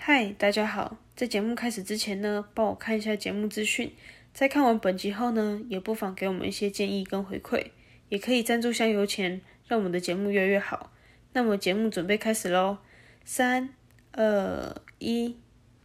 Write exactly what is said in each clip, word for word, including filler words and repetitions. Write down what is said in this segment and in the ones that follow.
嗨，大家好！在节目开始之前呢，帮我看一下节目资讯。在看完本集后呢，也不妨给我们一些建议跟回馈，也可以赞助香油钱，让我们的节目越来越好。那么节目准备开始咯，三、二、一。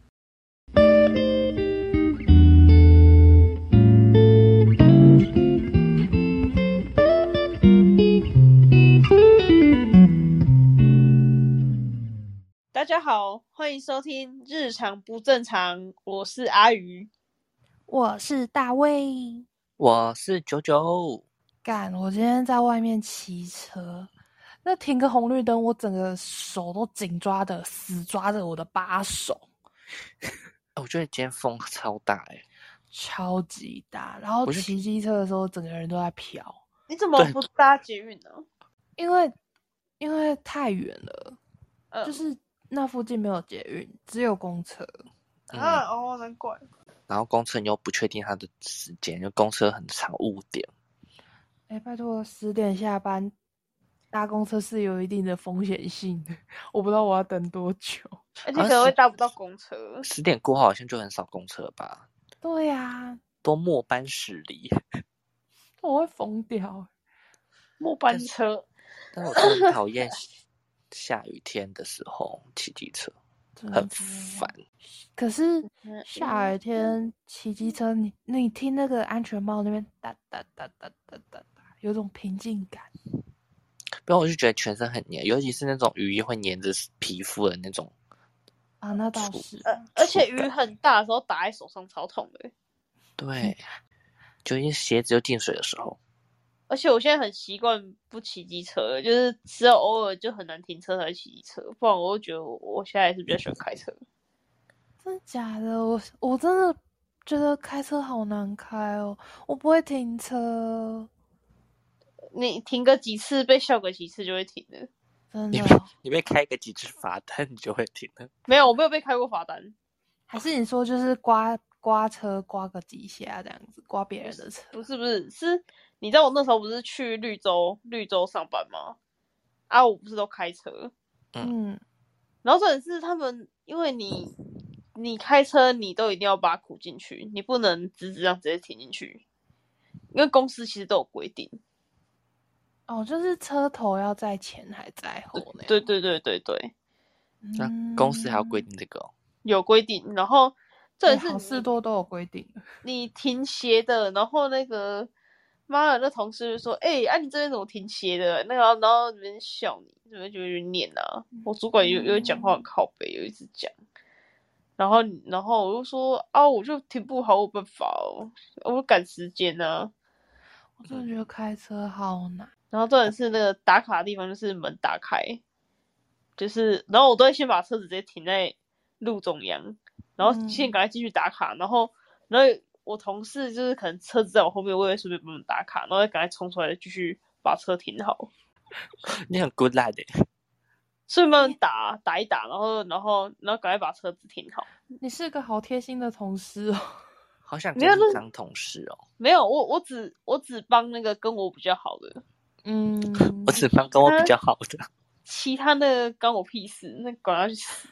大家好，欢迎收听日常不正常，我是阿鱼， 我是大卫， 我是九九。 干！我今天在外面骑车，那停个红绿灯，我整个手都紧抓的，死抓着我的把手。 我觉得今天风超大哎、欸， 超级大。然后骑机车的时候，整个人都在飘。 你怎么不搭捷运呢？ 因为因为太远了、 呃， 就是那附近没有捷运，只有公车。 啊、嗯、哦，难怪。 然后公车你又不确定它的时间，因为公车很常误点。 哎，拜托，十点下班搭公车是有一定的风险性的，我不知道我要等多久， 而且可能会搭不到公车。 十点过后好像就很少公车吧？ 对呀、啊， 都末班驶离， 我会疯掉。 末班车， 但是我真的很讨厌下雨天的时候骑机车，很烦。 可是下雨天骑机车，你你听那个安全帽那边哒哒哒哒哒哒哒，有种平静感。 不然我就觉得全身很黏，尤其是那种雨衣会黏着皮肤的那种。 啊，那倒是。 呃，而且雨很大的时候打在手上超痛的。 对，就因为鞋子又进水的时候。 而且我现在很习惯不骑机车了，就是只有偶尔就很难停车才骑机车，不然我就觉得我我现在还是比较喜欢开车。 真的假的？我我真的觉得开车好难开哦，我不会停车。 你停个几次被笑个几次就会停了。 真的？ 你被开个几次罚单，你就会停了。 没有，我没有被开过罚单。 还是你说就是刮刮车刮个几下这样子，刮别人的车？ 不是不是，是你知道我那时候不是去绿洲绿洲上班吗？啊，我不是都开车。 嗯。 然后重点是他们，因为你你开车你都一定要把苦进去，你不能直直这样直接停进去，因为公司其实都有规定。 哦，就是车头要在前还在后那样。 对对对对对。 那、嗯、公司还要规定这个、哦？ 有规定，然后这也是好事多都有规定。 你停斜的，然后那个妈的那同事就说：“哎、欸，啊你这边怎么停斜的？”那个然后那边笑你，那边就会念啊。我主管有有讲话很靠北，有一直讲。然后然后我就说啊，我就停不好，我办法哦，我赶时间啊。 我真的觉得开车好难。 然后重点是那个打卡的地方就是门打开，就是然后我都会先把车子直接停在路中央，然后先赶快继续打卡，嗯、然后然后我同事就是可能车子在我后面，我也会顺便帮忙打卡，然后再赶快冲出来继续把车停好。 你很 good lad 欸， 顺便打打一打，然后然后然后赶快把车子停好。 你是个好贴心的同事哦。 好想跟你当同事哦。 没有，我我只我只帮那个跟我比较好的。 嗯， 我只帮跟我比较好的。 其他的关我屁事，那管他去死。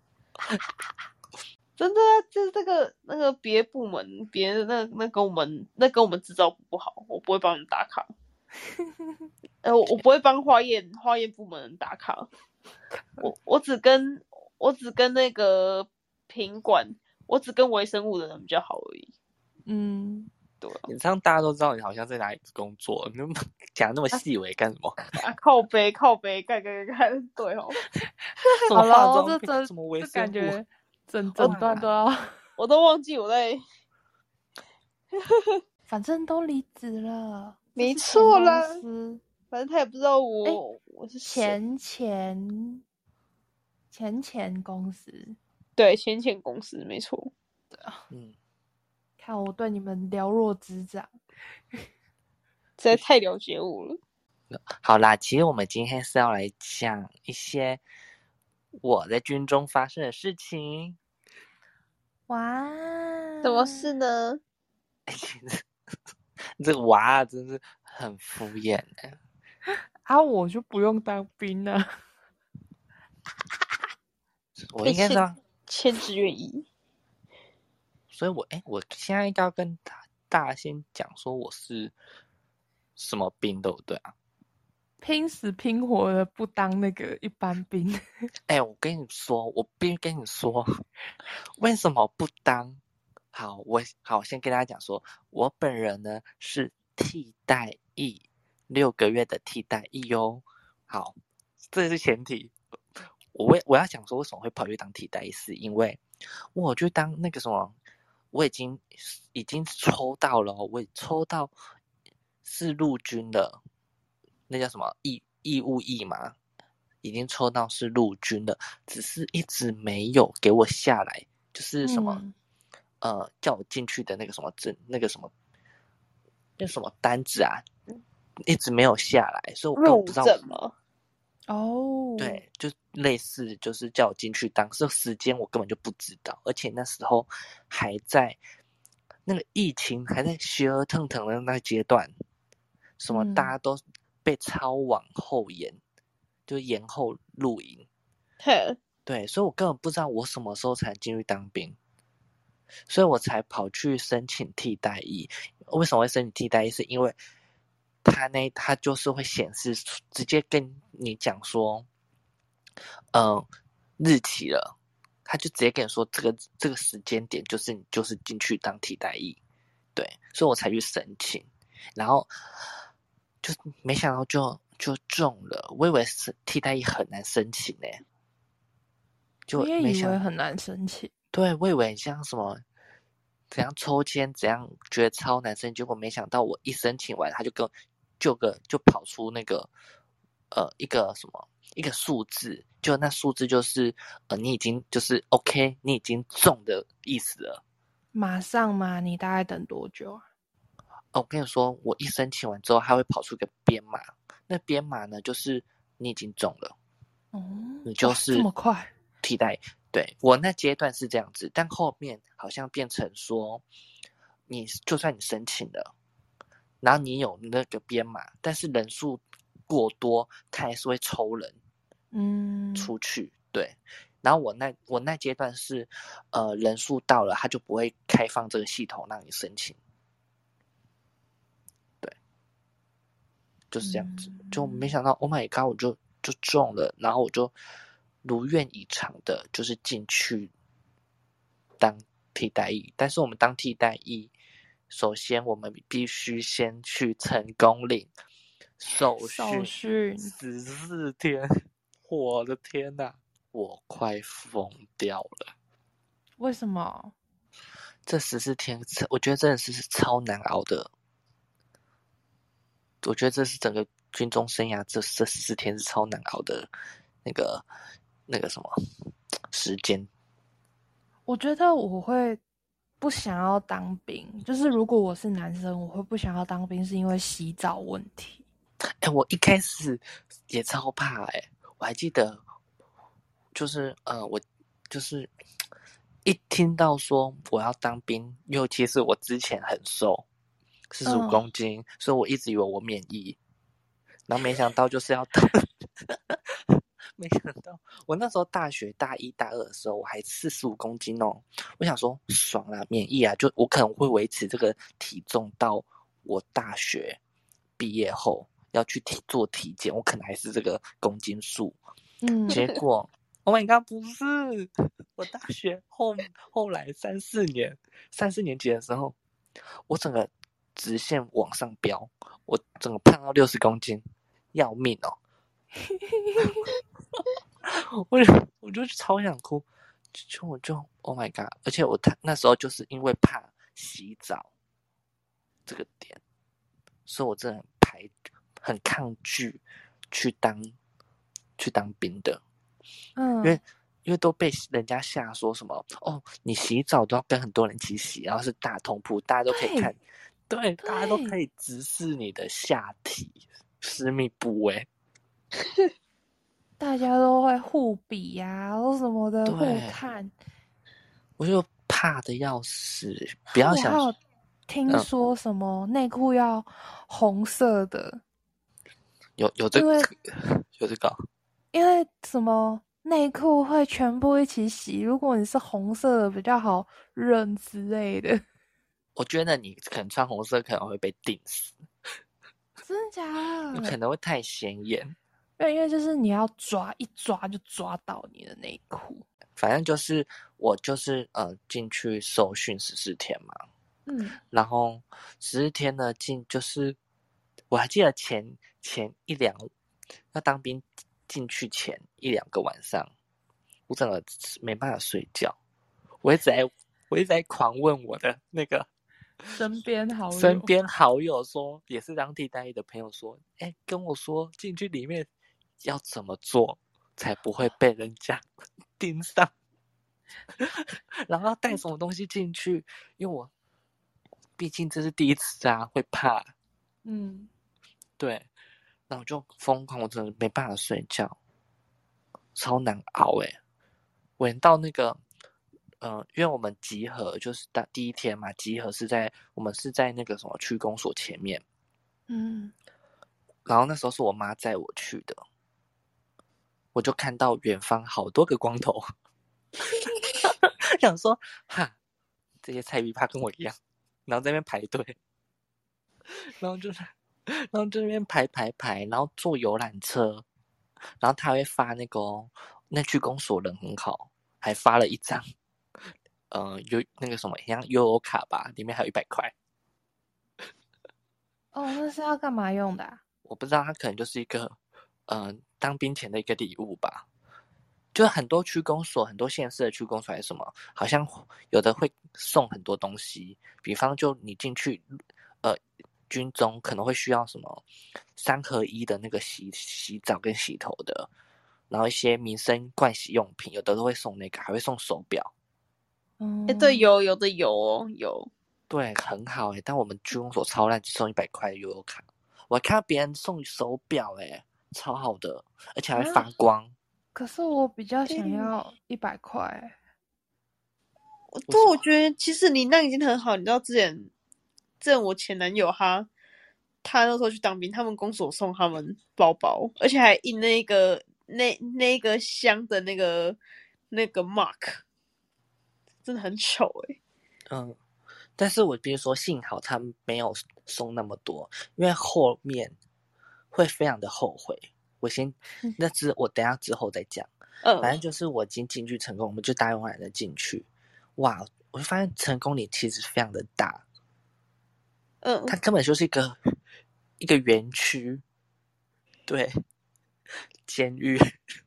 真的、啊，就是这个那个别部门别的那那跟我们那跟我们制造部不好，我不会帮你们打卡。呃，我我不会帮化验化验部门人打卡。我我只跟我只跟那个品管，我只跟微生物的人比较好而已。 嗯， 对、啊，你这样大家都知道你好像在哪里工作，你讲那么细微干什么？ 啊，靠背靠背，干干干干，对哦。 好了，这这什么微生物， 这感觉整整段都要， 我都忘记我在。 反正都离职了， 没错啦。反正他也不知道我、欸、我是前前前前公司， 对，前前公司没错。 对啊，嗯，看我对你们了若指掌， 实在太了解我了。 好啦，其实我们今天是要来讲一些我在军中发生的事情。 哇， 什么事呢？ 这个哇真是很敷衍哎。 啊，我就不用当兵了。 我应该是要签志愿役。 所以我哎，我现在应该要跟大家先讲说我是什么兵，对不对啊？ 拼死拼活的不当那个一般兵。 哎，我跟你说，我必须跟你说，为什么不当？好，我好先跟大家讲说，我本人呢是替代役，六个月的替代役哦。好，这是前提。我为我要讲说为什么会跑去当替代役，是因为我去当那个什么，我已经已经抽到了，我抽到是陆军的，那叫什么义义务役嘛，已经抽到是陆军的，只是一直没有给我下来，就是什么、嗯、呃叫我进去的那个什么证，那个什么那什么单子啊，一直没有下来，所以我根本不知道。 入证吗？ 哦， 对，就类似就是叫我进去当，这时间我根本就不知道，而且那时候还在那个疫情还在学儿腾腾的那个阶段，什么大家都被超往后延，就延后录营。对，所以我根本不知道我什么时候才能进去当兵，所以我才跑去申请替代役。为什么会申请替代役？是因为他那他就是会显示直接跟你讲说，嗯、呃，日期了，他就直接跟你说这个这个时间点就是你就是进去当替代役，对，所以我才去申请，然后就没想到就就中了，我以为是替代役很难申请呢、欸，就我也没想以为很难申请。 对，我以为像什么怎样抽签怎样觉得超难申请，结果没想到我一申请完，他就跟就个就跑出那个呃一个什么一个数字，就那数字就是呃你已经就是 OK， 你已经中的意思了。 马上吗？你大概等多久啊？ 哦，我跟你说，我一申请完之后，它会跑出一个编码，那编码呢就是你已经中了， 哦， 你就是这么快？ 替代。对，我那阶段是这样子，但后面好像变成说，你就算你申请了，然后你有那个编码，但是人数过多，他还是会抽人， 嗯， 出去。对，然后我那我那阶段是，呃，人数到了，他就不会开放这个系统让你申请。对，就是这样子， 嗯、 就没想到 ，Oh my god，我就就中了，然后我就如愿以偿的，就是进去当替代役。但是我们当替代役，首先我们必须先去成功岭受训十四天，我的天哪，我快疯掉了！ 为什么？ 这十四天，我觉得真的是超难熬的。我觉得这是整个军中生涯这这十四天是超难熬的，那个那个什么时间。 我觉得我会不想要当兵，就是如果我是男生，我会不想要当兵，是因为洗澡问题。 哎、欸，我一开始也超怕哎、欸，我还记得，就是呃，我就是一听到说我要当兵，尤其是我之前很瘦，四十五公斤，嗯，所以我一直以为我免疫，然后没想到就是要当，没想到我那时候大学大一大二的时候，我还四十五公斤哦，我想说爽啊，免疫啊，就我可能会维持这个体重到我大学毕业后。要去体做体检，我可能还是这个公斤数，嗯，结果 ，Oh my god， 不是，我大学后后来三四年三四年级的时候，我整个直线往上飙，我整个胖到六十公斤，要命哦！我就我就超想哭，就我就 Oh my god， 而且我那时候就是因为怕洗澡这个点，所以我真的排。很抗拒去当去当兵的，嗯，因为因为都被人家吓说什么哦，你洗澡都要跟很多人一起洗，然后是大通铺，大家都可以看，对，对大家都可以直视你的下体私密部位， 大家都会互比呀、啊，或什么的互看， 我就怕的要死，不要想。 我听说什么内裤要红色的。 有有这个有这个， 因为什么内裤会全部一起洗，如果你是红色的比较好认之类的。 我觉得你可能穿红色可能会被定死。 真的假的？ 有可能会太显眼。 对，因为就是你要抓，一抓就抓到你的内裤。 反正就是我就是呃进去受训十四天嘛， 嗯， 然后十四天呢进就是我还记得前前一两要当兵进去前一两个晚上，我整个没办法睡觉，我一直在我一直在狂问我的那个身边好友， 身边好友说，也是当替代役的朋友说，哎，跟我说进去里面要怎么做才不会被人家盯上，然后要带什么东西进去，因为我毕竟这是第一次啊，会怕。 嗯， 对，然后我就疯狂，我真的没办法睡觉，超难熬诶。我连到那个，呃，因为我们集合就是当第一天嘛，集合是在我们是在那个什么区公所前面， 嗯， 然后那时候是我妈载我去的，我就看到远方好多个光头，想说哈，这些菜逼怕跟我一样，然后在那边排队，然后就是然后这边排排排，然后坐游览车，然后他会发那个、哦、那区公所人很好，还发了一张，呃，有那个什么像悠游卡吧，里面还有一百块。 哦，那是要干嘛用的啊？ 我不知道，他可能就是一个，呃，当兵前的一个礼物吧。就很多区公所，很多县市的区公所还是什么，好像有的会送很多东西，比方就你进去，呃，军中可能会需要什么三合一的那个洗洗澡跟洗头的，然后一些民生盥洗用品，有的都会送那个，还会送手表。 嗯， 哎、对，有有的有哦，有。 对，很好哎、但我们区公所超烂，只送一百块的悠游卡。我还看到别人送手表哎、超好的，而且还会发光。 可是我比较想要一百块。 对，我觉得其实你那已经很好。你知道之前，之前我前男友他他那时候去当兵，他们公所送他们包包，而且还印那个那那个箱的那个那个 mark，真的很丑哎、欸。 嗯，但是我比如说，幸好他没有送那么多，因为后面会非常的后悔。我先，那之我等一下之后再讲。 嗯， 反正就是我已经进去成功，我们就答应完了进去。哇，我就发现成功里其实非常的大， 嗯， 它根本就是一个一个园区，对，监狱。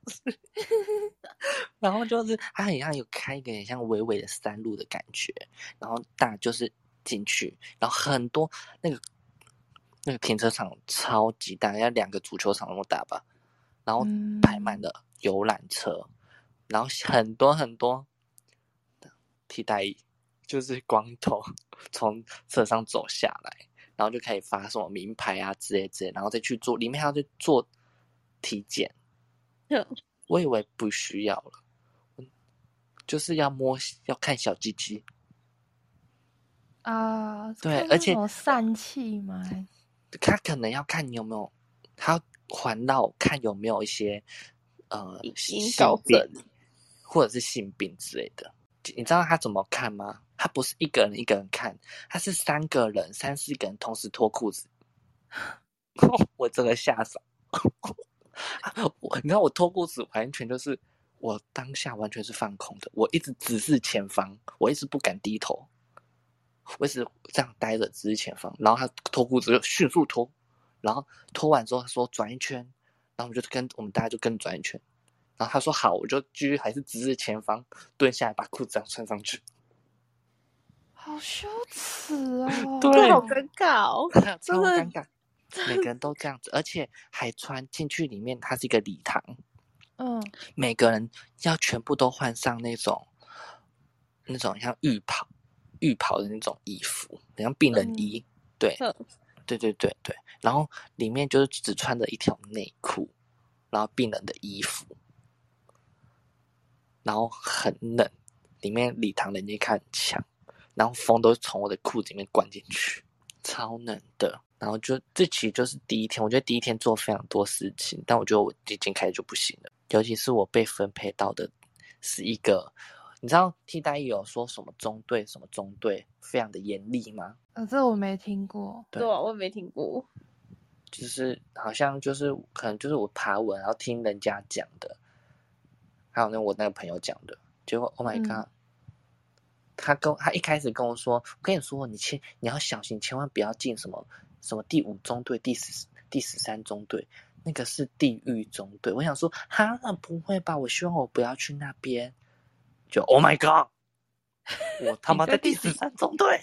然后就是它很像有开一个很像微微的山路的感觉，然后大就是进去，然后很多那个那个停车场超级大，要两个足球场那么大吧，然后排满了游览车，然后很多很多替代役，就是光头从车上走下来，然后就可以发什么名牌啊之类之类，然后再去做，里面还要去做体检。 嗯， 我以为不需要了。就是要摸要看小鸡鸡啊， 对，而且疝气吗？ 他可能要看你有没有，他环绕看有没有一些呃阴性高病症或者是性病之类的。你知道他怎么看吗？他不是一个人一个人看，他是三个人、三四个人同时脱裤子。我真的吓傻。我你知道我脱裤子完全就是我当下完全是放空的，我一直直视前方，我一直不敢低头，我一直这样待着直视前方，然后他脱裤子就迅速脱，然后脱完之后他说转一圈，然后我们就跟我们大家就跟转一圈，然后他说好，我就继续还是直视前方，蹲下来把裤子这样穿上去。 好羞耻哦！ 对， 这好尴尬哦， 超尴尬，每个人都这样子，而且还穿进去里面，它是一个礼堂， 嗯， 每个人要全部都换上那种那种像浴袍、浴袍的那种衣服，很像病人衣，嗯、对， 嗯、 对对对对，然后里面就是只穿着一条内裤，然后病人的衣服，然后很冷，里面礼堂冷气开很强，然后风都从我的裤子里面灌进去，超冷的。然后就这其实就是第一天，我觉得第一天做非常多事情，但我觉得我已经开始就不行了。 尤其是我被分配到的是一个，你知道替代役有说什么中队什么中队非常的严厉吗？ 呃，这我没听过。 对啊，我也没听过。 就是好像就是可能就是我爬文，然后听人家讲的，还有那我那个朋友讲的，结果 Oh my God，、嗯、他跟他一开始跟我说，我跟你说，你千你要小心，千万不要进什么什么第五中队、第十第十三中队，那个是地狱中队。我想说，哈，不会吧？我希望我不要去那边。就 Oh my God， 我他妈在第十三中队，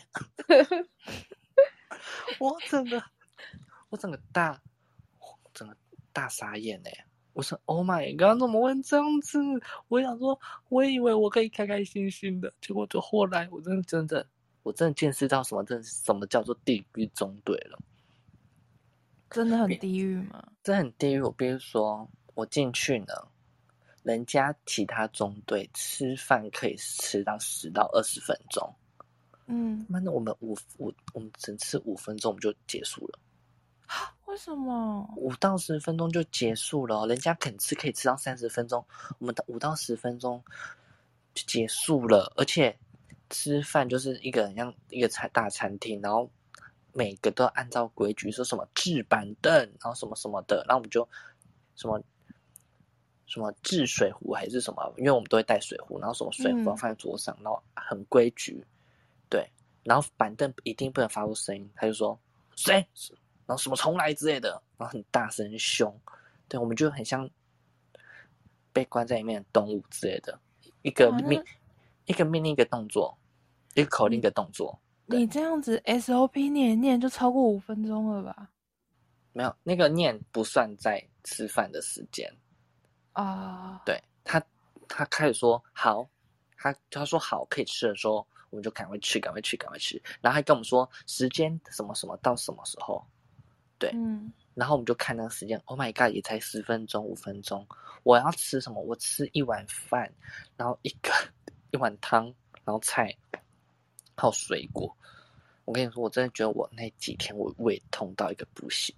我整个我整个大整个大傻眼哎、欸！我说 Oh my God， 怎么会这样子？我想说，我以为我可以开开心心的，结果就后来我真的真的我真的见识到什么真什么叫做地狱中队了。 真的很地狱吗？ 真的很地狱。比如说我进去呢，人家其他中队吃饭可以吃到十到二十分钟，嗯，那我们五五我们只吃五分钟我们就结束了。 为什么？ 五到十分钟就结束了、哦，人家肯吃可以吃到三十分钟，我们五到十分钟就结束了。而且吃饭就是一个很像一个餐大餐厅，然后每个都要按照规矩，说什么置板凳，然后什么什么的，然后我们就什么什么置水壶还是什么，因为我们都会带水壶，然后什么水壶要放在桌上，嗯、然后很规矩，对，然后板凳一定不能发出声音，他就说谁。然后什么重来之类的，然后很大声很凶，对，我们就很像被关在里面的动物之类的，一个命一个命令一个动作，一个口令一个动作。 你这样子 S O P 念念就超过五分钟了吧？ 没有，那个念不算在吃饭的时间啊。 对，他他开始说好，他他说好可以吃的时候，我们就赶快吃，赶快吃，赶快吃。然后还跟我们说时间什么什么到什么时候。对，嗯，然后我们就看那个时间 ，Oh my God， 也才十分钟、五分钟。我要吃什么？我吃一碗饭，然后一个一碗汤，然后菜，还有水果。我跟你说，我真的觉得我那几天我胃痛到一个不行，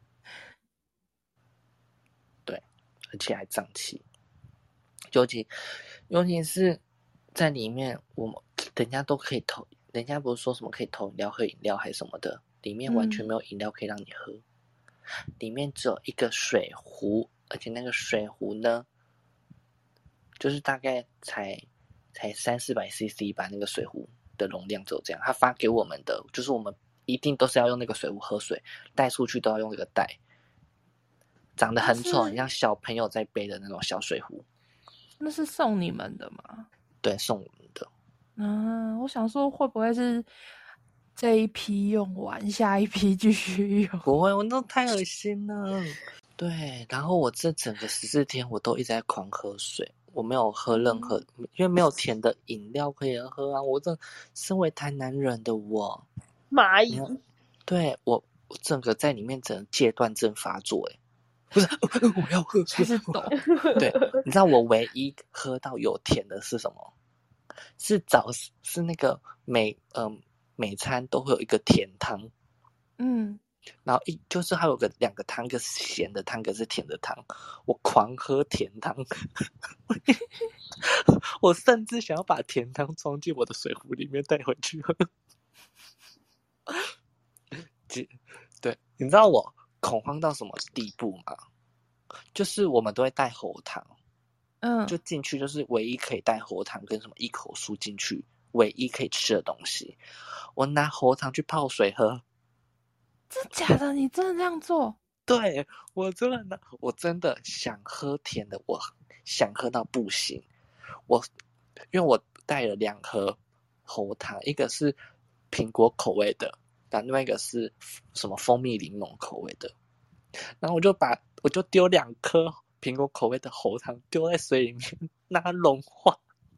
对，而且还胀气。尤其尤其是在里面，我们人家都可以投，人家不是说什么可以投饮料、喝饮料还是什么的，里面完全没有饮料可以让你喝。嗯，里面只有一个水壶，而且那个水壶呢，就是大概才才三四百 C C 吧，那个水壶的容量只有这样。他发给我们的，就是我们一定都是要用那个水壶喝水，带出去都要用那个袋，长得很丑，很像小朋友在背的那种小水壶。 那是送你们的吗？ 对，送我们的。 嗯，我想说会不会是这一批用完，下一批继续用？ 不会，我那太恶心了。对，然后我这整个十四天我都一直在狂喝水，我没有喝任何，嗯、因为没有甜的饮料可以喝啊。我这身为台南人的我， 蚂蚁， 对我我整个在里面整个戒断症发作，哎，不是，我要喝， 开始抖。 对，你知道我唯一喝到有甜的是什么？是早是那个每嗯、呃、每餐都会有一个甜汤，嗯。然后一就是还有个两个汤，一个是咸的汤，一个是甜的汤。我狂喝甜汤，我甚至想要把甜汤装进我的水壶里面带回去喝。对，你知道我恐慌到什么地步吗？就是我们都会带喉糖，嗯，就进去就是唯一可以带喉糖跟什么一口酥进去，唯一可以吃的东西。我拿喉糖去泡水喝。 真假的？你真的这样做？ 对，我真的，我真的想喝甜的，我想喝到不行。我因为我带了两盒喉糖，一个是苹果口味的，然后另外一个是什么蜂蜜柠檬口味的。然后我就把我就丢两颗苹果口味的喉糖丢在水里面，让它融化。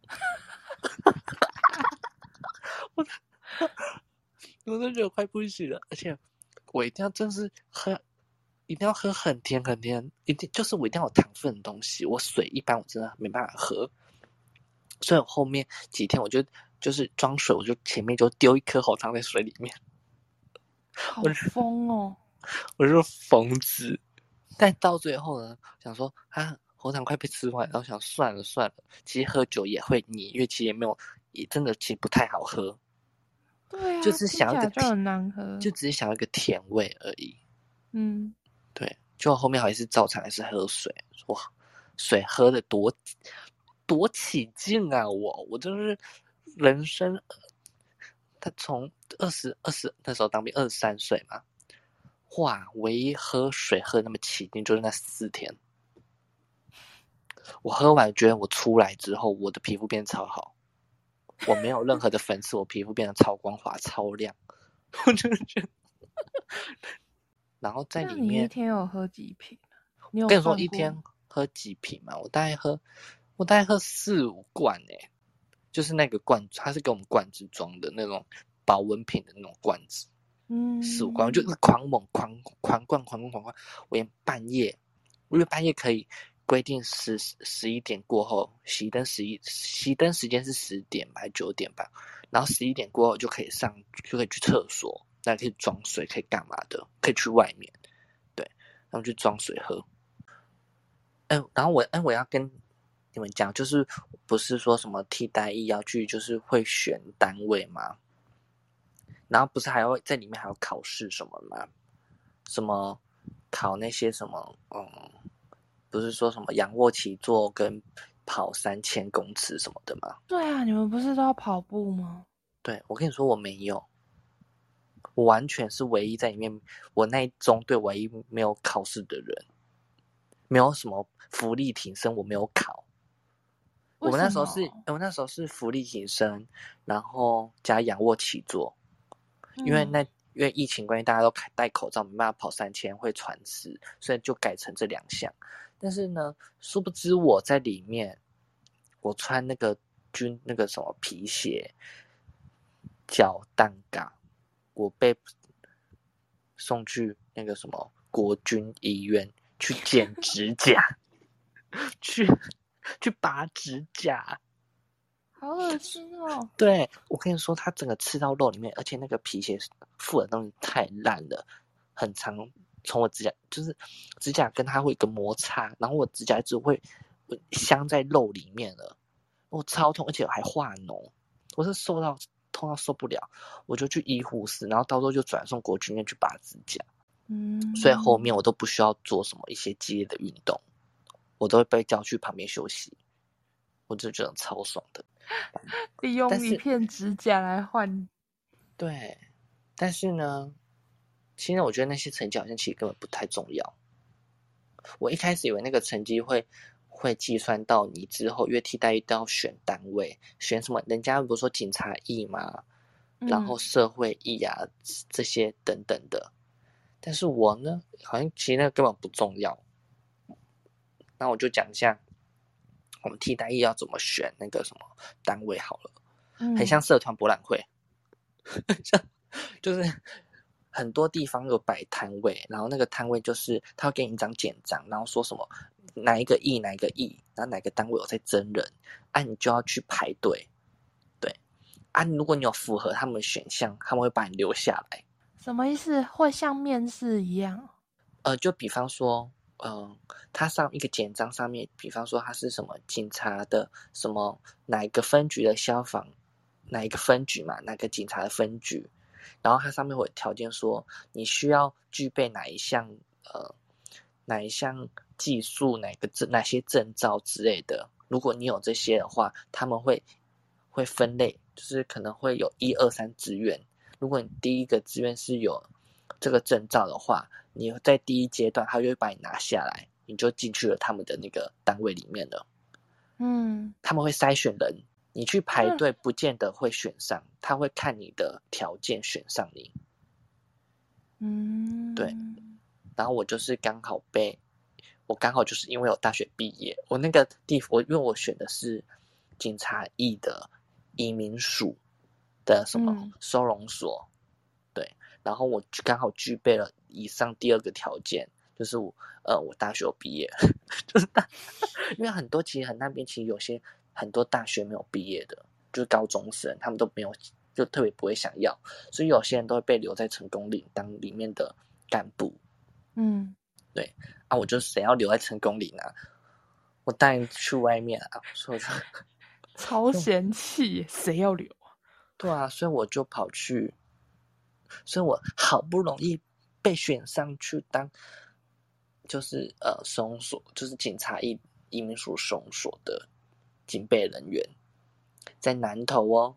我我都觉得快不行了，而且。我一定要真是喝，一定要喝很甜很甜，一定就是我一定要有糖分的东西。我水一般我真的没办法喝，所以我后面几天我就就是装水，我就前面就丢一颗喉糖在水里面。 好疯哦！ 我是疯子，但到最后呢，想说啊， 喉糖快被吃完，然后想算了算了，其实喝酒也会腻，因为其实也没有，也真的其实不太好喝。 对啊， 就是想要一个听起来就很难喝， 就只是想要一个甜味而已。 嗯， 对，就后面还是照常还是喝水，哇，水喝的多多起劲啊！我我就是人生，他从二十二十那时候当兵二十三岁嘛，哇，唯一喝水喝那么起劲就是那四天。我喝完觉得我出来之后，我的皮肤变超好，我没有任何的粉刺，我皮肤变得超光滑、超亮。我真的觉得，然后在里面， 那你一天有喝几瓶？你有跟你说一算过天喝几瓶嘛？我大概喝，我大概喝四五罐诶、欸，就是那个罐，它是给我们罐子装的那种保温瓶的那种罐子， 嗯， 四五罐，我就是狂猛狂狂灌狂灌狂灌，我连半夜，因为半夜可以规定十十一点过后熄灯，十一熄灯时间是十点吧，还九点吧，然后十一点过后就可以上，就可以去厕所，那可以装水，可以干嘛的，可以去外面，对，然后去装水喝。哎，然后我哎，我要跟你们讲，就是不是说什么替代役要去，就是会选单位吗？然后不是还要在里面还要考试什么吗？什么考那些什么，嗯，不是说什么仰卧起坐跟跑三千公尺什么的吗？ 对啊，你们不是都要跑步吗？ 对，我跟你说我没有，我完全是唯一在里面，我那一中队唯一没有考试的人，没有什么浮力挺身，我没有考。我们那时候是，我那时候是浮力挺身，然后加仰卧起坐，因为那、嗯、因为疫情关系，大家都戴口罩，没办法跑三千会传染，所以就改成这两项。但是呢，殊不知我在里面，我穿那个军那个什么皮鞋，脚蛋嘎，我被送去那个什么国军医院去剪指甲，去。去拔指甲， 好恶心哦！ 对，我跟你说，它整个吃到肉里面，而且那个皮鞋附的东西太烂了，很长，从我指甲就是指甲跟它会有一个摩擦，然后我指甲一直会镶在肉里面了，我超痛，而且我还化脓，我是受到痛到受不了，我就去医护室，然后到时候就转送国军院去拔指甲， 嗯， 所以后面我都不需要做什么一些激烈的运动。我都会被叫去旁边休息，我就觉得超爽的。 利用一片指甲来换， 对，但是呢，其实我觉得那些成绩好像其实根本不太重要。我一开始以为那个成绩会会计算到你之后，因为替代役都要选单位，选什么？人家不是说警察役嘛，然后社会役啊、嗯、这些等等的。但是我呢，好像其实那个根本不重要。那我就讲一下我们替代役要怎么选那个什么单位好了，嗯、很像社团博览会，很像就是很多地方有摆摊位，然后那个摊位就是他会给你一张简章，然后说什么哪一个役哪一个役，然后哪个单位有在征人，啊你就要去排队，对啊，如果你有符合他们的选项，他们会把你留下来。 什么意思？会像面试一样？ 呃，就比方说。嗯，它上一个简章上面，比方说它是什么警察的什么哪一个分局的消防，哪一个分局嘛，哪个警察的分局，然后它上面会有条件说你需要具备哪一项呃哪一项技术，哪个证哪些证照之类的。如果你有这些的话，他们会会分类，就是可能会有一二三志愿。如果你第一个志愿是有这个证照的话，你在第一阶段他就会把你拿下来，你就进去了他们的那个单位里面了。 嗯， 他们会筛选人，你去排队不见得会选上，嗯、他会看你的条件选上你。 嗯， 对。然后我就是刚好被，我刚好就是因为我大学毕业，我那个地我因为我选的是警察役的移民署的什么收容所。嗯，对，然后我刚好具备了以上第二个条件，就是我呃我大学有毕业，就是大，因为很多其实很那边其实有些很多大学没有毕业的，就是高中生，他们都没有，就特别不会想要，所以有些人都会被留在成功岭当里面的干部。 嗯， 对啊，我就谁要留在成功岭啊？ 我带你去外面啊，所以我就超嫌弃，谁要留啊？ 对啊，所以我就跑去，所以我好不容易被选上去当，就是呃收容所，就是警察移移民署收容所的警备人员，在南投哦。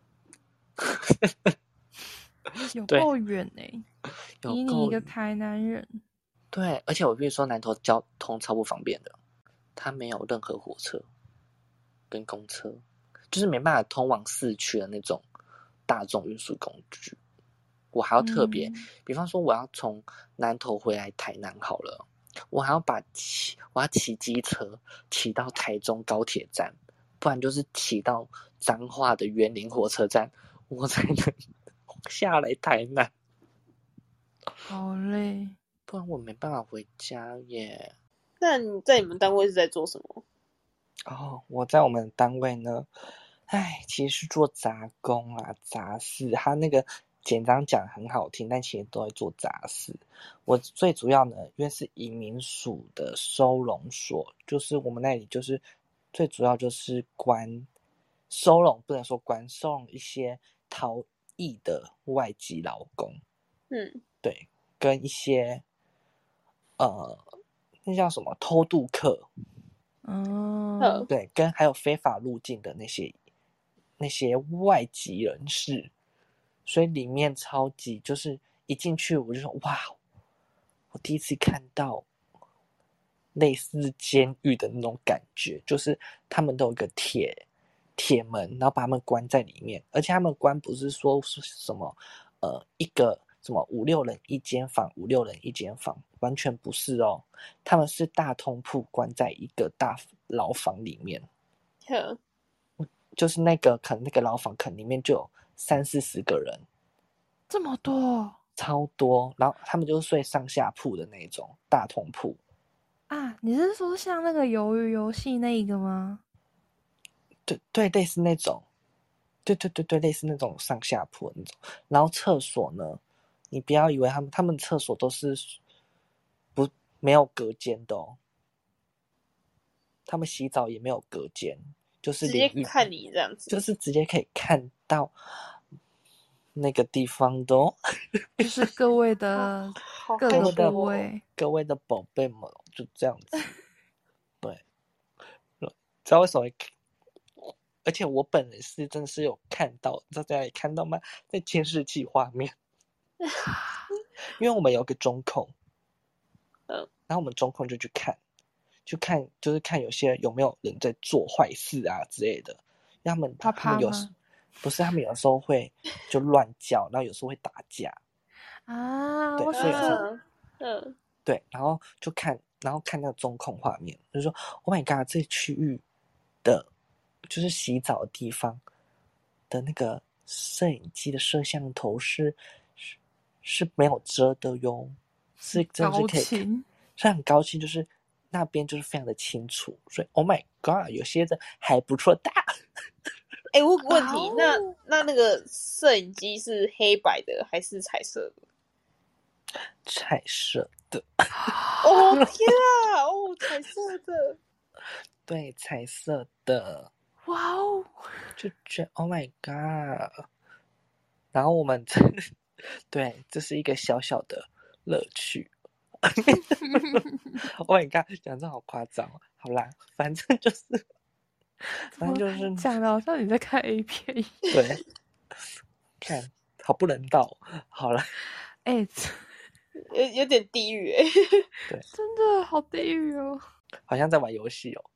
有对够远哎、 有以你够远一个台南人， 对，而且我跟你说，南投交通超不方便的，它没有任何火车跟公车，就是没办法通往市区的那种大众运输工具。我还要特别， 嗯比方说我要从南投回来台南好了，我还要把骑，我要骑机车骑到台中高铁站，不然就是骑到彰化的园林火车站，我才能下来台南， 好累。 不然我没办法回家耶。 那你在你们单位是在做什么？ 哦，我在我们单位呢，哎，其实是做杂工啊，杂事。他那个简章讲很好听，但其实都在做杂事。我最主要呢，因为是移民署的收容所，就是我们那里就是最主要就是关收容，不能说关收容一些逃逸的外籍劳工， 嗯， 对，跟一些呃，那叫什么偷渡客。 哦， 对，跟还有非法入境的那些那些外籍人士，所以里面超级就是一进去我就说哇，我第一次看到类似监狱的那种感觉，就是他们都有一个铁铁门，然后把他们关在里面，而且他们关不是说是什么呃一个什么五六人一间房，五六人一间房，完全不是哦，他们是大通铺关在一个大牢房里面。 呵， 就是那个可能那个牢房可能里面就有三四十个人， 这么多超多，然后他们就是睡上下铺的那种大通铺。 啊！你是说像那个鱿鱼游戏那一个吗？ 对对，类似那种，对对对对，类似那种上下铺的那种。然后厕所呢，你不要以为他们他们厕所都是不没有隔间的哦，他们洗澡也没有隔间，就是直接淋浴， 看你这样子， 就是直接可以看到那个地方的哦。 就是各位的好各个各位的部位， 各位的宝贝们，就这样子。对，知道为什么会？而且我本人是真的是有看到，你知道在哪里看到吗？在监视器画面，因为我们有个中控， 嗯， 然后我们中控就去看，去看就是看有些有没有人在做坏事啊之类的。因为他们啪他们有啪吗？ 不是他们有时候会就乱叫，然后有时候会打架， 啊， 对， 我所以有时候嗯嗯， 对，然后就看，然后看那个中控画面，就是说 ，Oh my god，这区域的，就是洗澡的地方的那个摄影机的摄像头是是是没有遮的哟，是真的是高可以看， 清是很高清，就是那边就是非常的清楚，所以 Oh my god，有些的还不错大。 哎、欸，我有个问题， 哦那那那个摄影机是黑白的还是彩色的？ 彩色的， 哦天啊，哦彩色的， 对，彩色的， 哇哦！ 就觉得 Oh my god。然后我们对，这是一个小小的乐趣。Oh my god，讲这好夸张哦。好啦，反正就是，反正就是讲的好像你在看 A 片一样。 对，看好不人道。好了， 哎、 有有点地狱哎、 对， 真的好地狱哦！ 好像在玩游戏哦。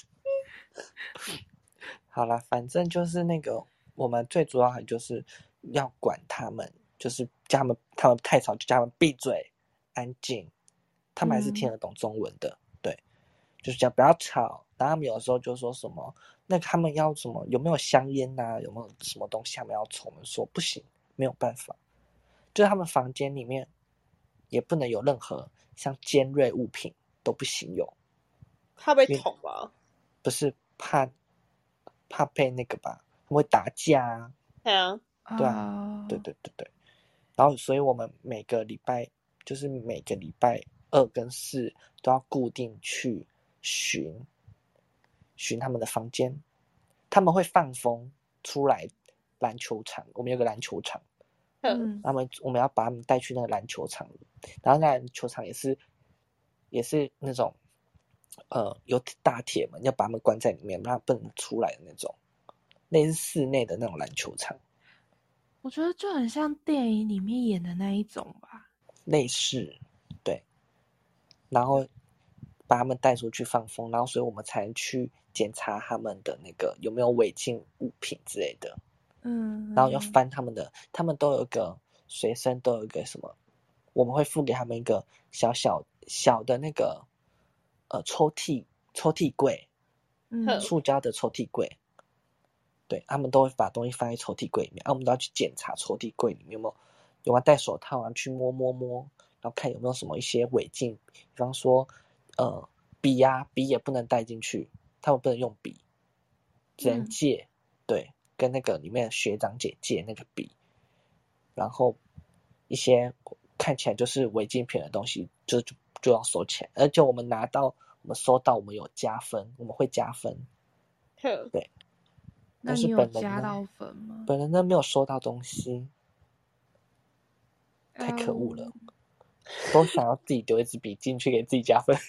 好啦，反正就是那个，我们最主要还就是要管他们，就是叫他们他们太吵就叫他们闭嘴，安静。他们还是听得懂中文的，嗯、对，就是讲不要吵。然后他们有时候就说什么，那他们要什么有没有香烟呐、啊？有没有什么东西他们要抽？我们说不行，没有办法，就是他们房间里面也不能有任何像尖锐物品都不行有。 怕被捅吧？ 不是怕怕被那个吧？他们会打架啊。 对啊， 对啊，对对对对。然后，所以我们每个礼拜就是每个礼拜二跟四都要固定去巡巡他们的房间，他们会放风出来篮球场，我们有个篮球场， 嗯， 他们我们要把他们带去那个篮球场，然后那篮球场也是也是那种呃有大铁门，要把他们关在里面，让他不能出来的那种，类似室内的那种篮球场。 我觉得就很像电影里面演的那一种吧。 类似，对，然后把他们带出去放风，然后所以我们才能去检查他们的那个有没有违禁物品之类的， 嗯， 然后要翻他们的，他们都有一个随身都有一个什么，我们会付给他们一个小小小的那个呃抽屉抽屉柜， 嗯， 塑胶的抽屉柜，对，他们都会把东西放在抽屉柜里面，啊，我们都要去检查抽屉柜里面有没有。有没有戴手套啊？去摸摸摸，然后看有没有什么一些违禁，比方说，呃，笔呀、啊，笔也不能带进去，他们不能用笔，只能借，嗯、对，跟那个里面的学长姐借那个笔，然后一些看起来就是违禁品的东西，就就就要收起来，而且我们拿到，我们收到，我们有加分，我们会加分，对。 那你有加到分吗？ 本人呢没有收到东西。太可恶了， um... 都想要自己丢一支笔进去给自己加分。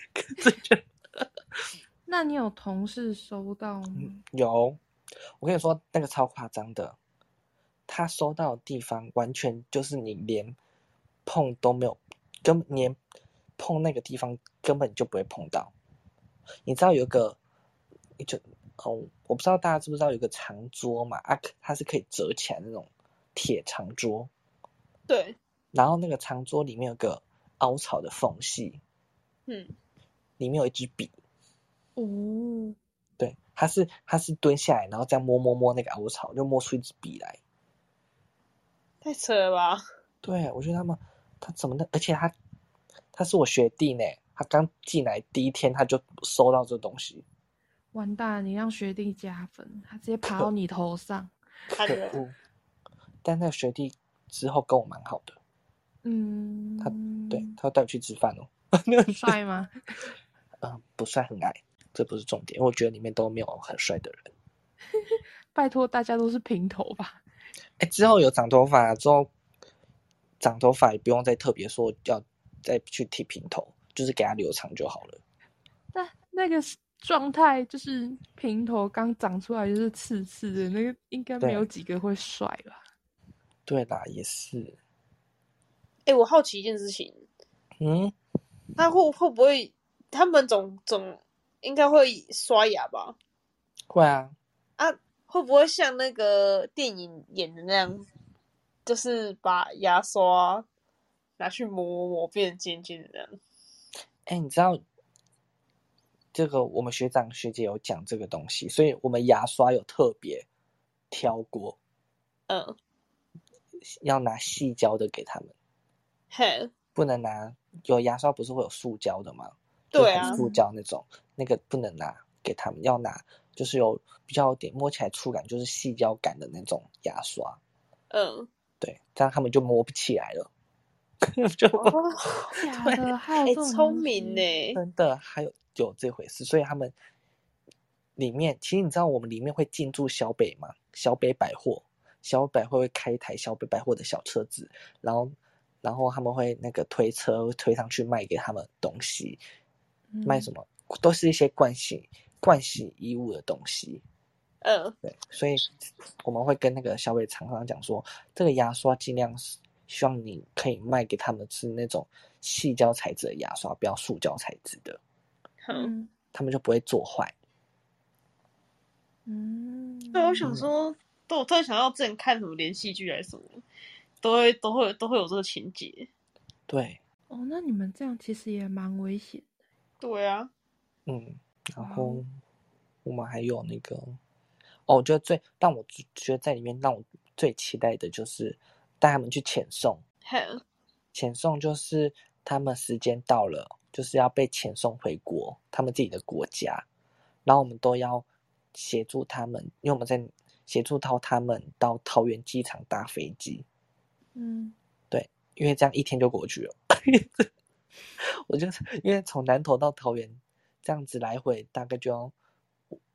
那你有同事收到吗？ 嗯、有，我跟你说那个超夸张的，他收到的地方完全就是你连碰都没有，根本连碰那个地方根本就不会碰到。你知道有一个，就哦，我不知道大家知不知道有个长桌嘛？啊，它是可以折起来那种铁长桌。 对。 然后那个长桌里面有个凹槽的缝隙， 嗯， 里面有一支笔。 哦， 对，他是他是蹲下来，然后这样摸摸摸那个凹槽，就摸出一支笔来。 太扯了吧？ 对，我觉得他们他怎么的，而且他他是我学弟呢，他刚进来第一天他就收到这东西。 完蛋，你让学弟加分，他直接爬到你头上。 可恶！但那个学弟之后跟我蛮好的。 嗯， 他对他要带我去吃饭哦。 帅吗？ 嗯、呃，不帅，很矮，这不是重点，因为我觉得里面都没有很帅的人。 拜托，大家都是平头吧？ 哎，之后有长头发之后，长头发也不用再特别说要再去剃平头，就是给他留长就好了。 但那个状态就是平头刚长出来就是刺刺的，那个应该没有几个会帅吧？ 对啦，也是。 哎、欸，我好奇一件事情， 嗯， 他会会不会，他们总总应该会刷牙吧？ 会啊。 啊，会不会像那个电影演的那样，就是把牙刷拿去磨磨磨变成尖尖的那样？ 哎、欸，你知道这个我们学长学姐有讲这个东西，所以我们牙刷有特别挑过， 嗯， 要拿细胶的给他们。 嘿， 不能拿，有牙刷不是会有塑胶的吗？ 对啊， 就是塑胶那种，那个不能拿给他们，要拿就是有比较有点摸起来触感就是细胶感的那种牙刷。 嗯， 对，这样他们就摸不起来了。就哦，假的，还有这种聪明呢， 真的还有有这回事，所以他们里面其实你知道我们里面会进驻小北吗？小北百货，小北百货会开一台小北百货的小车子，然后。然后他们会那个推车推上去卖给他们东西，嗯、卖什么都是一些盥洗盥洗衣物的东西。 嗯， 对，所以我们会跟那个小北厂商讲说，这个牙刷尽量希望你可以卖给他们是那种细胶材质的牙刷，不要塑胶材质的。 嗯， 他们就不会做坏。 嗯， 对，我想说，都我突然想到之前看什么连续剧还是什么。都会都会都会有这个情节， 对。 哦，那你们这样其实也蛮危险的。 对啊， 嗯，然后我们还有那个，哦，我觉得最让我觉得在里面让我最期待的就是带他们去遣送。遣送就是他们时间到了，就是要被遣送回国，他们自己的国家，然后我们都要协助他们，因为我们在协助到他们到桃园机场搭飞机。 嗯， 对，因为这样一天就过去了。我就因为从南投到桃园这样子来回大概就要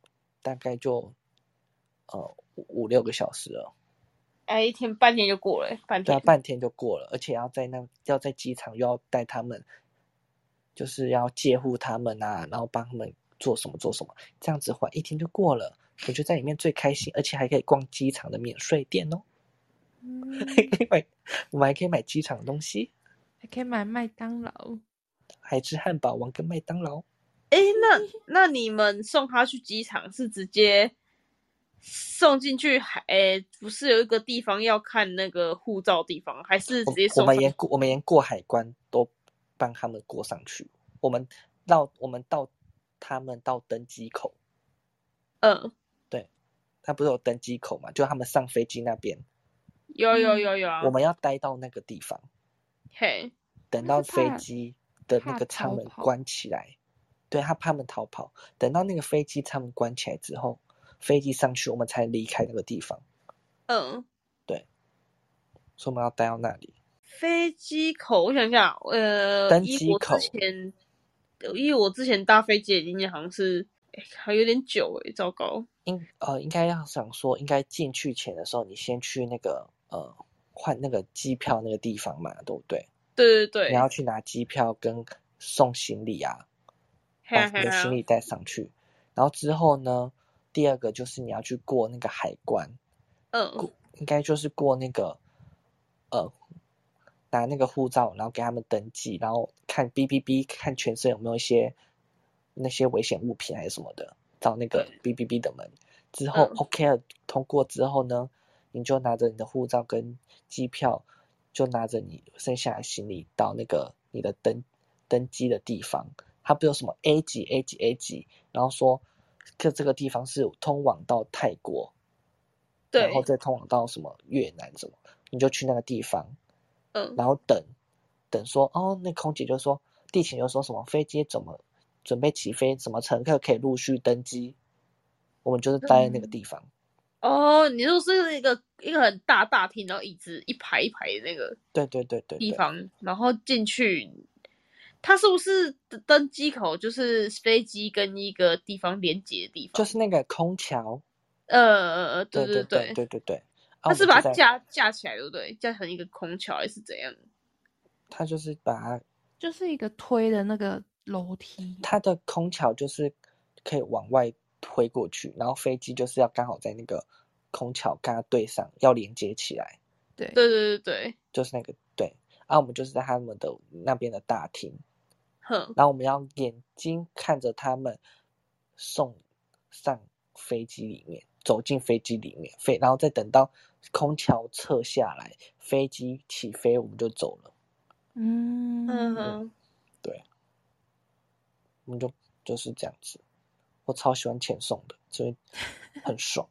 大概就呃五五六个小时了。 哎，一天半天就过了，半天。 对啊，半天就过了，而且要在那要在机场又要带他们，就是要接护他们啊，然后帮他们做什么做什么，这样子的话一天就过了。我觉得在里面最开心，而且还可以逛机场的免税店哦。 嗯， 还可以买，我们还可以买机场的东西， 还可以买麦当劳， 还吃汉堡王跟麦当劳。 哎，那那你们送他去机场是直接送进去海？哎，不是有一个地方要看那个护照的地方，还是直接送上去？ 我们连过我们连过海关都帮他们过上去。我们到我们到他们到登机口， 嗯， 对，他不是有登机口嘛？就他们上飞机那边， 有有有有啊。 我们要待到那个地方， 嘿， 等到飞机的那个舱门关起来，对，他怕他们逃跑，等到那个飞机舱门关起来之后，飞机上去我们才离开那个地方。 嗯， 对，所以我们要待到那里。 飞机口，我想想，呃， 登机口， 以我之前，以我之前搭飞机的经验，好像是还有点久哎，糟糕。 应呃，应该要想说，应该进去前的时候，你先去那个呃换那个机票那个地方嘛，对不对？ 对对对。 你要去拿机票跟送行李啊，把你的行李带上去。然后之后呢，第二个就是你要去过那个海关， 嗯， 应该就是过那个呃拿那个护照，然后给他们登记，然后看 B B B 看全身有没有一些那些危险物品还是什么的，到那个 B B B 的门之后、嗯、OK 了，通过之后呢，你就拿着你的护照跟机票，就拿着你剩下的行李到那个你的登登机的地方。它不有什么 A 级 A 级 A 级，然后说这这个地方是通往到泰国， 对， 然后再通往到什么越南什么，你就去那个地方， 嗯， 然后等等说哦，那空姐就说地勤就说什么飞机怎么准备起飞，什么乘客可以陆续登机，我们就是待在那个地方。 嗯、哦，你说是一个一个很大大厅，然后椅子一排一排的那个， 对对对对地方，然后进去。它是不是登机口就是飞机跟一个地方连接的地方？ 就是那个空桥。 呃呃呃，对对对对对对， 它是把它架架起来，对不对？架成一个空桥还是怎样？ 它就是把它就是一个推的那个楼梯。 它的空桥就是可以往外推过去，然后飞机就是要刚好在那个空桥跟它对上，要连接起来。 对对对对对， 就是那个对。啊，我们就是在他们的那边的大厅。 哼， 然后我们要眼睛看着他们送上飞机里面，走进飞机里面飞，然后再等到空桥撤下来，飞机起飞，我们就走了。 嗯嗯， 对，我们就就是这样子。我超喜欢前送的，所以很爽。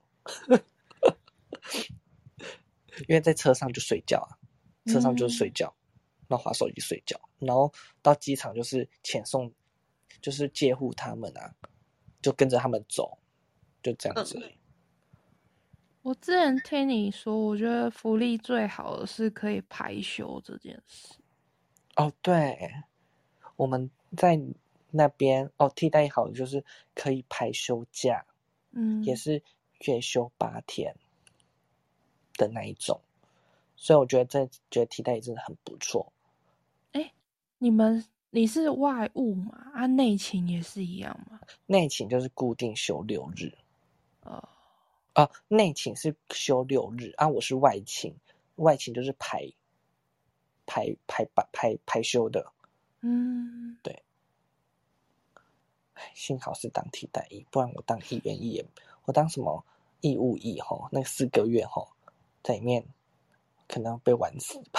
因为在车上就睡觉啊，车上就是睡觉。嗯，然后滑手机睡觉，然后到机场就是遣送，就是接护他们啊，就跟着他们走，就这样子而已。嗯， 我之前听你说，我觉得福利最好的是可以排休这件事。 哦，对，我们在那边哦，替代好的就是可以排休假， 嗯， 也是月休八天的那一种，所以我觉得这觉得替代也真的很不错。 哎，你们你是外务嘛？啊，内勤也是一样吗？ 内勤就是固定休六日。 哦， 啊，内勤是休六日啊，我是外勤，外勤就是排排排排排排休的。 嗯， 对。幸好是当替代役，不然我当义员役也，我当什么义务役吼，那四个月吼，在里面可能被玩死吧。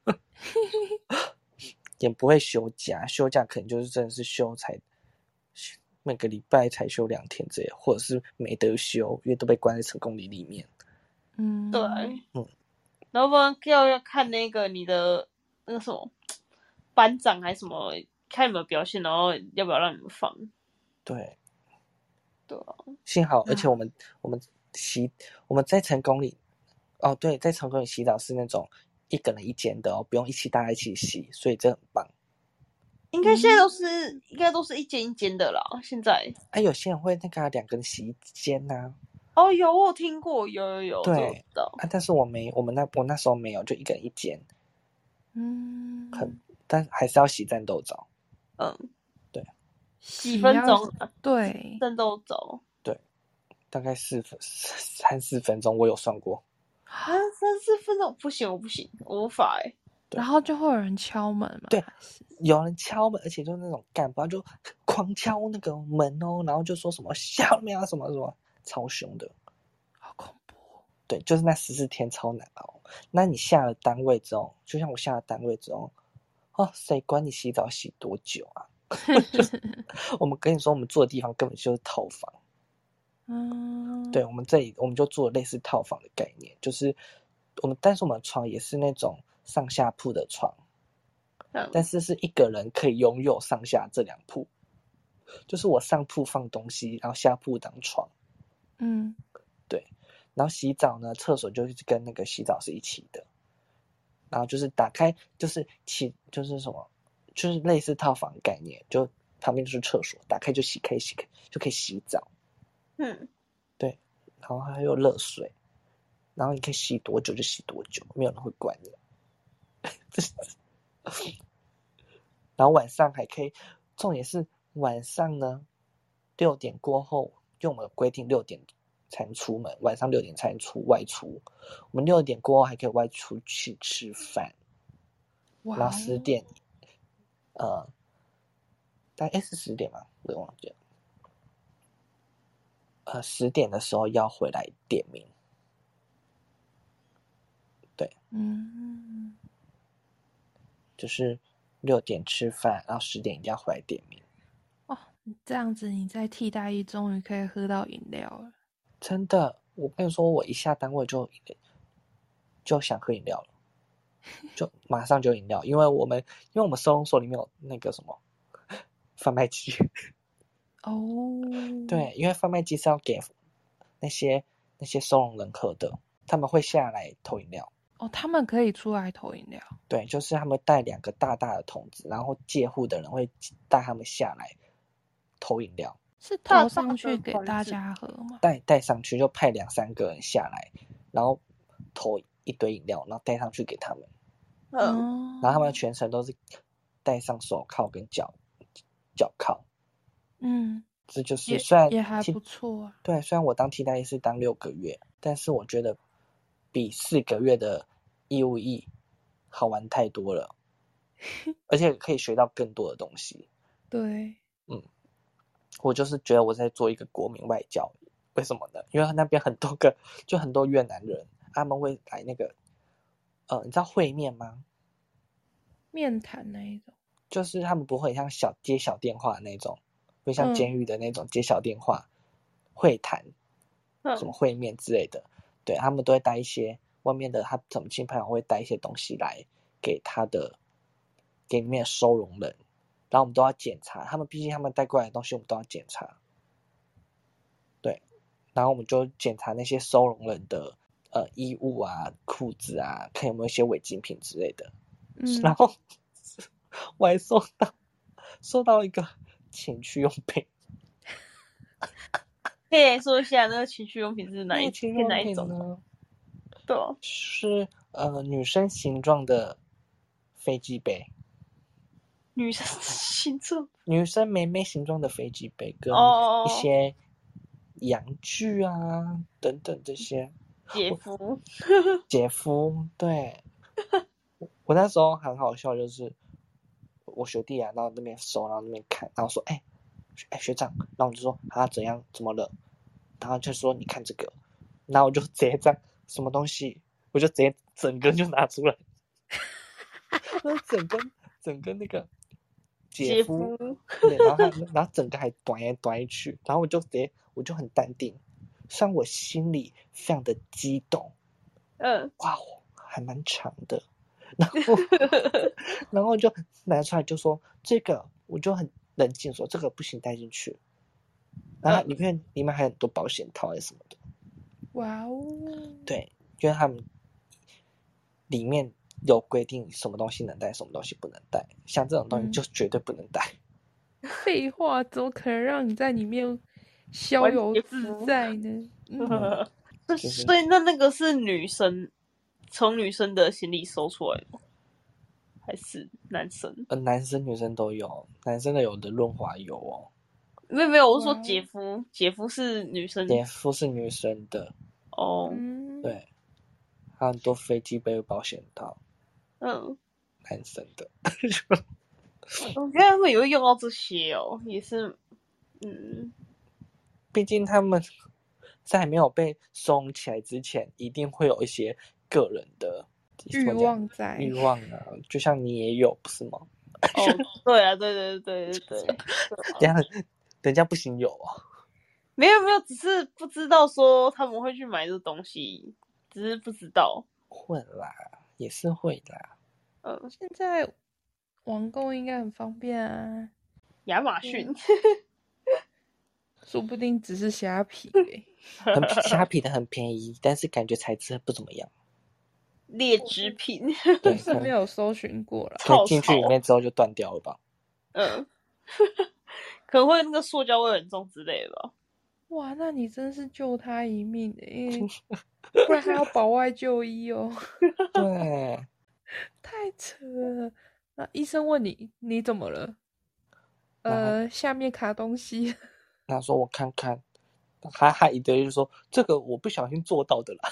也不会休假，休假可能就是真的是休才每个礼拜才休两天这样，或者是没得休，因为都被关在成功里里面。 嗯， 对， 嗯， 然后不然要要看那个你的那个什么班长还是什么，看你们表现，然后要不要让你们放。 对， 对啊， 幸好，而且我们、嗯、我们洗我们在成功里，哦对，在成功里洗澡是那种一个人一间的哦，不用一起大家一起洗，所以这很棒。 应该现在都是、嗯、应该都是一间一间的啦。现在哎、啊，有些人会那个两个人洗衣间呐、啊。 哦，有我有听过，有有有， 对啊，但是我没，我们那我那时候没有，就一个人一间。 嗯， 很，但还是要洗战斗澡。 嗯， 对， 几分钟？ 对， 战斗澡。 对，大概四分三四分钟，我有算过。 啊，三四分钟不行，我不行，我无法哎、欸。 然后就会有人敲门嘛？ 对，有人敲门，而且就是那种干部就狂敲那个门哦，然后就说什么下面啊什么什么，超凶的， 好恐怖。 对，就是那十四天超难熬。那你下了单位之后，就像我下了单位之后，哦，谁管你洗澡洗多久啊？我们跟你说，我们住的地方根本就是套房。 嗯， 对，我们这里我们就做类似套房的概念，就是我们，但是我们床也是那种上下铺的床， 嗯、 但是是一个人可以拥有上下这两铺，就是我上铺放东西，然后下铺当床。 嗯， 对，然后洗澡呢，厕所就是跟那个洗澡是一起的，然后就是打开就是起就是什么，就是类似套房概念，就旁边就是厕所，打开就洗，可以洗就可以洗澡。 嗯， 对，然后还有热水，然后你可以洗多久就洗多久，没有人会管你。然后晚上还可以，重点是晚上呢，六点过后，因为我们规定六点才能出门，晚上六点才能出外出。我们六点过后还可以外出去吃饭， 哇， 然后十点，呃，大概是十点吗？我也忘记了。呃，十点的时候要回来点名。对， 嗯， 就是六点吃饭，然后十点一定要回来点名。 哦，这样子你在替代役终于可以喝到饮料了。 真的，我跟你说，我一下单位就就想喝饮料了，就马上就饮料，因为我们因为我们收容所里面有那个什么贩卖机。 哦， 对，因为贩卖机是要给那些那些收容人喝的，他们会下来投饮料。 哦，他们可以出来投饮料。 对，就是他们带两个大大的桶子，然后戒护的人会带他们下来投饮料。 是投上去给大家喝吗？ 带带上去就派两三个人下来，然后投一堆饮料，然后带上去给他们。 嗯， 然后他们全程都是戴上手铐跟脚脚铐。 嗯， 这就是虽然也还不错啊。 对，虽然我当替代役是当六个月，但是我觉得比四个月的义务役好玩太多了，而且可以学到更多的东西。 对， 嗯，我就是觉得我在做一个国民外交。为什么呢？因为那边很多个，就很多越南人，他们会来那个，呃，你知道会面吗？ 面谈那一种， 就是他们不会像小接小电话那种，会像监狱的那种接小电话、嗯、会谈、什么会面之类的。对，他们都会带一些外面的，他什么亲朋友会带一些东西来给他的，给里面的收容人，然后我们都要检查。他们毕竟他们带过来的东西，我们都要检查。对，然后我们就检查那些收容人的呃衣物啊、裤子啊，看有没有一些违禁品之类的。嗯，然后我还收到收到一个情趣用品。 可以说一下那个情趣用品是哪一情趣用哪一种呢？ 对， 是呃女生形状的飞机杯。 女生形状， 女生妹妹形状的飞机杯，跟一些洋具啊等等这些。 姐夫， 姐夫，对。我那时候很好笑，就是我学弟啊，到那边收，然后那边看，然后说：“哎、欸，哎、欸、学长。”然后我就说：“啊怎样？怎么了？”然后就说：“你看这个。”然后我就直接这样，什么东西，我就直接整个就拿出来，然后整个整个那个姐夫，对，然后他然后整个还端来端去，然后我就直接我就很淡定，虽然我心里非常的激动， 嗯， 哇，还蛮长的。然后然后就拿出来就说这个，我就很冷静说这个不行带进去，然后里面、嗯、里面还有很多保险套还是什么的。 哇哦， 对，因为他们里面有规定什么东西能带，什么东西不能带，像这种东西就绝对不能带。 嗯、废话，怎么可能让你在里面逍遥自在呢？嗯， 就是、 所以那那个是女生从女生的行李搜出来吗？还是男生？ 呃，男生女生都有，男生的有的润滑油哦。 没有没有，我是说姐夫，姐夫是女生， 姐夫是女生的。 哦， 嗯， 对，还有很多飞机杯保险套， 嗯， 男生的。 我觉得他们也会用到这些哦，也是，嗯， 毕竟他们在没有被收起来之前，一定会有一些个人的欲望在， 欲望啊，就像你也有，不是吗？ 哦，对啊，对对对对对对， 这样人家不行有啊。 没有没有，只是不知道说他们会去买这东西，只是不知道。 会啦，也是会啦。 嗯， 现在网购应该很方便啊。 亚马逊， 说不定只是虾皮嘞。 很虾皮的很便宜，但是感觉材质不怎么样。 劣质品， 对， 是没有搜寻过了。 可以进去里面之后就断掉了吧？ 嗯，可能会那个塑胶味很重之类的吧。 哇，那你真是救他一命诶，不然还要保外就医哦。 对， 太扯了。那医生问你你怎么了？呃，下面卡东西。 他说我看看，还还一堆就说这个我不小心做到的啦。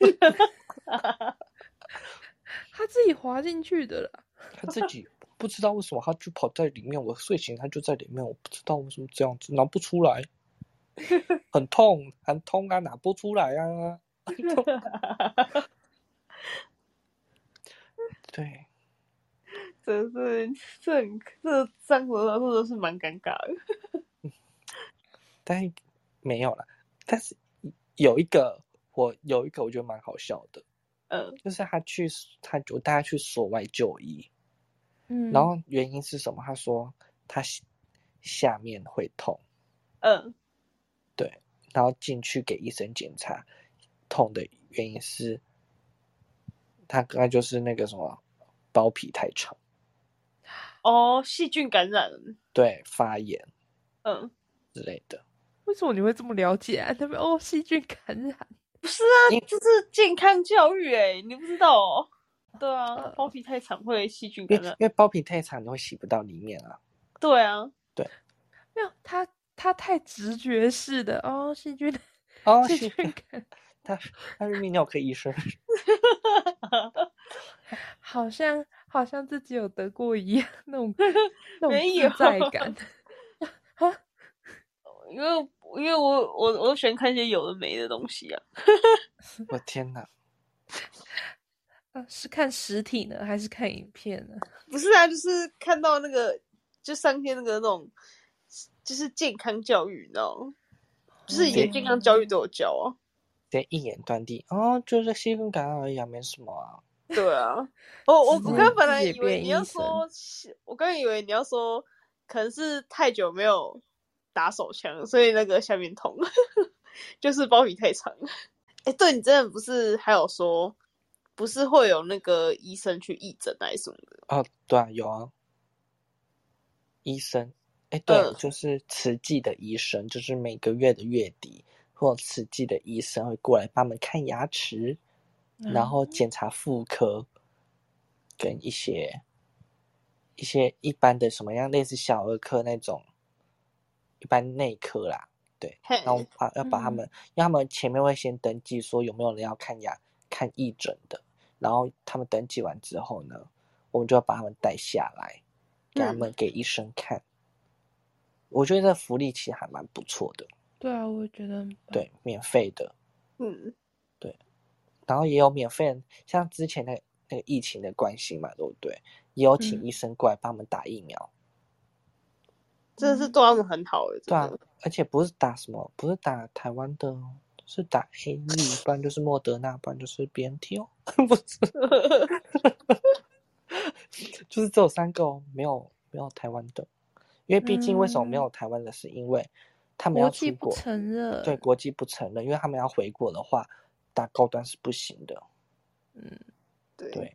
他自己滑进去的啦。 他自己不知道为什么他就跑在里面，我睡醒他就在里面，我不知道为什么这样子拿不出来，很痛很痛啊，拿不出来啊。对， 这是这很这这样子的或者是蛮尴尬的。 但是没有了，但是有一个我有一个我觉得蛮好笑的， 嗯， 就是他去他我带他去所外就医， 嗯， 然后原因是什么？他说他下面会痛， 嗯， 对，然后进去给医生检查，痛的原因是他刚才就是那个什么包皮太长， 哦，细菌感染， 对，发炎， 嗯， 之类的。 为什么你会这么了解啊？他们哦，细菌感染。 不是啊，这是健康教育哎、欸，你不知道哦？对啊，呃、包皮太长会细菌感染， 因为包皮太长你会洗不到里面啊。 对啊， 对， 没有他他太直觉式的哦，细菌哦， 细菌感， 他他是泌尿科医生， 好像好像自己有得过一样那种那种自在感。 因为因为我我我喜欢看一些有的没的东西啊。 我天哪！ 啊，是看实体呢，还是看影片呢？ 不是啊，就是看到那个就上天那个那种就是健康教育，你知道吗？就是以前健康教育都有教啊。 直接一眼断定，哦，就是细菌感染而已啊，没什么啊。 对啊，我我我刚本来以为你要说，我刚以为你要说可能是太久没有打手枪，所以那个下面痛，就是包皮太长。哎，对，你真的不是还有说，不是会有那个医生去义诊还是什么的？ 哦，对啊，有啊，医生，哎，对，嗯、就是慈济的医生，就是每个月的月底，或慈济的医生会过来帮他们看牙齿，嗯、然后检查妇科，跟一些一些一般的什么样类似小儿科那种，一般内科啦。对，然后把要把他们，嗯、因为他们前面会先登记说有没有人要看牙看义诊的，然后他们登记完之后呢，我们就要把他们带下来，给他们给医生看。嗯、我觉得这福利其实还蛮不错的。 对啊，我觉得对，免费的。 嗯， 对，然后也有免费，像之前那个那个疫情的关系嘛，对不对？也有请医生过来帮他们打疫苗。 真的是对他们很好的， 对啊，而且不是打什么，不是打台湾的，是打 A Z， 不然就是莫德纳，不然就是 B N T 哦，不是，就是只有三个哦，没有没有台湾的，因为毕竟为什么没有台湾的，是因为他们要出国， 国际不承认， 对，国际不承认，因为他们要回国的话，打高端是不行的， 嗯， 对， 对，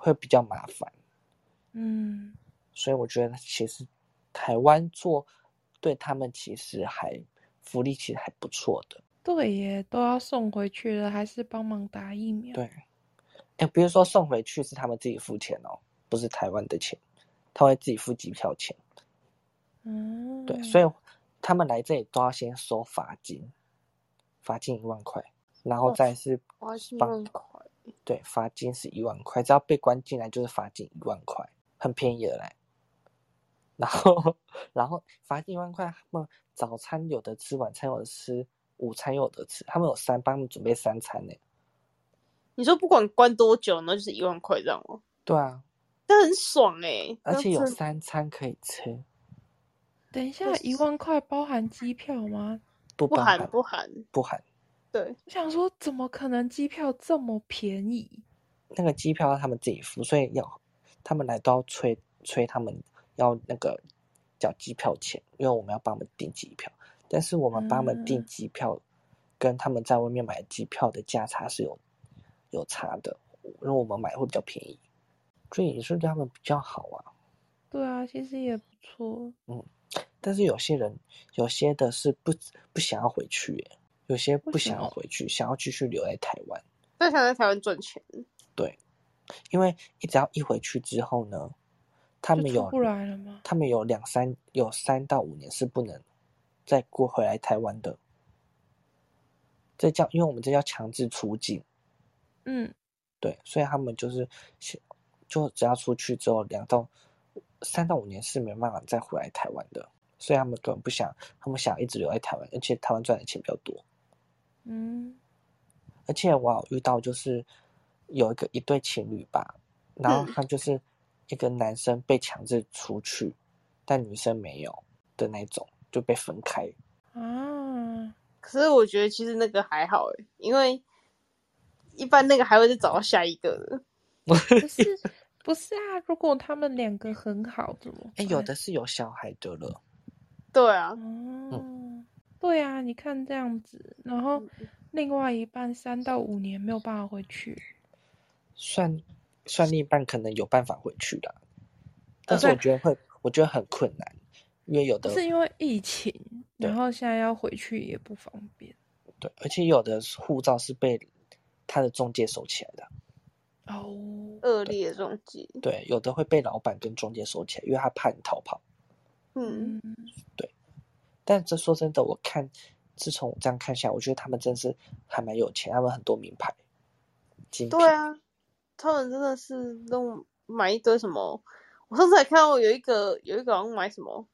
会比较麻烦。 嗯， 所以我觉得其实台湾做对他们其实还福利其实还不错的。 对耶，都要送回去了，还是帮忙打疫苗。 对，哎，比如说送回去是他们自己付钱哦，不是台湾的钱，他会自己付机票钱。 嗯， 对，所以他们来这里都要先收罚金，罚金一万块，然后再是罚金一帮万块。 对，罚金是一万块，只要被关进来就是罚金一万块，很便宜的来。然后，然后罚金一万块，他们早餐有的吃，晚餐有的吃，午餐有的吃，他们有三帮他们准备三餐呢。 你说不管关多久呢，就是一万块这样吗？ 对啊， 这很爽哎、欸， 而且有三餐可以吃。 等一下，一万块包含机票吗？ 不包含， 不含， 不含。 对， 我想说，怎么可能机票这么便宜？ 那个机票要他们自己付，所以要他们来都要催催他们要那个缴机票钱，因为我们要帮他们订机票。但是我们帮他们订机票，跟他们在外面买机票的价差是有有差的，因为我们买会比较便宜，所以也是对他们比较好啊。 对啊，其实也不错。 嗯，但是有些人有些的是不不想要回去耶，有些不想要回去，想要继续留在台湾。 不想在台湾赚钱。 对，因为一只要一回去之后呢，他们有不来了吗？ 他们有两三有三到五年是不能再过回来台湾的。这叫因为我们这叫强制出境。 嗯， 对，所以他们就是就只要出去之后两到三到五年是没办法再回来台湾的，所以他们根本不想，他们想一直留在台湾，而且台湾赚的钱比较多。 嗯， 而且我有遇到就是有一个一对情侣吧，然后他就是一个男生被强制出去，但女生没有的那种，就被分开。 啊， 可是我觉得其实那个还好诶，因为一般那个还会再找到下一个的。 不是不是啊，如果他们两个很好怎么办？ 哎，有的是有小孩的了。 对啊， 哦， 嗯， 对啊，你看这样子，然后另外一半三到五年没有办法回去， 算算另一半可能有办法回去啦，但是我觉得会，我觉得很困难，因为有的不是因为疫情，然后现在要回去也不方便。 对，而且有的护照是被他的中介收起来的。 哦， 恶劣中介。 对，有的会被老板跟中介收起来，因为他怕你逃跑。 嗯， 对。但这说真的，我看自从我这样看下来，我觉得他们真是还蛮有钱，他们很多名牌精品。 对啊，他们真的是弄买一堆什么，我上次还看到有一个有一个好像买什么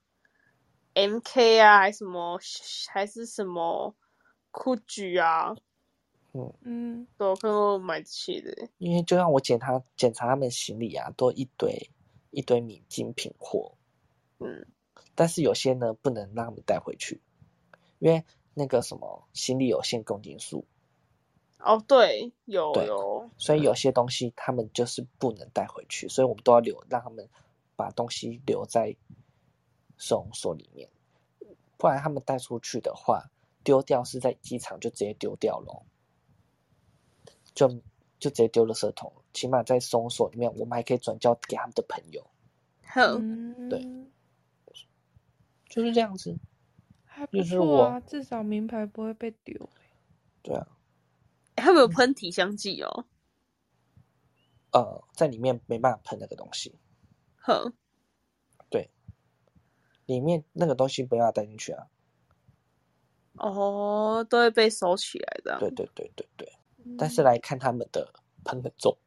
M K 啊，还什么还是什么 Gucci 啊， 嗯嗯， 对，我看过买这些的。 因为就让我检查检查他们行李啊，都一堆一堆名精品货。 嗯， 但是有些呢不能让他们带回去，因为那个什么行李有限公斤数。 哦，对，有对有， 所以有些东西他们就是不能带回去，所以我们都要留，让他们把东西留在收容所里面，不然他们带出去的话，丢掉是在机场就直接丢掉了，就就直接丢垃圾桶。起码在收容所里面，我们还可以转交给他们的朋友。 嗯， 对，就是这样子， 还不错啊，至少名牌不会被丢。 对啊。 他们有喷体香剂哦。 呃，在里面没办法喷那个东西。 哼， 对，里面那个东西不要带进去啊。 哦，都会被收起来的。 对对对对对，嗯、但是来看他们的喷很重。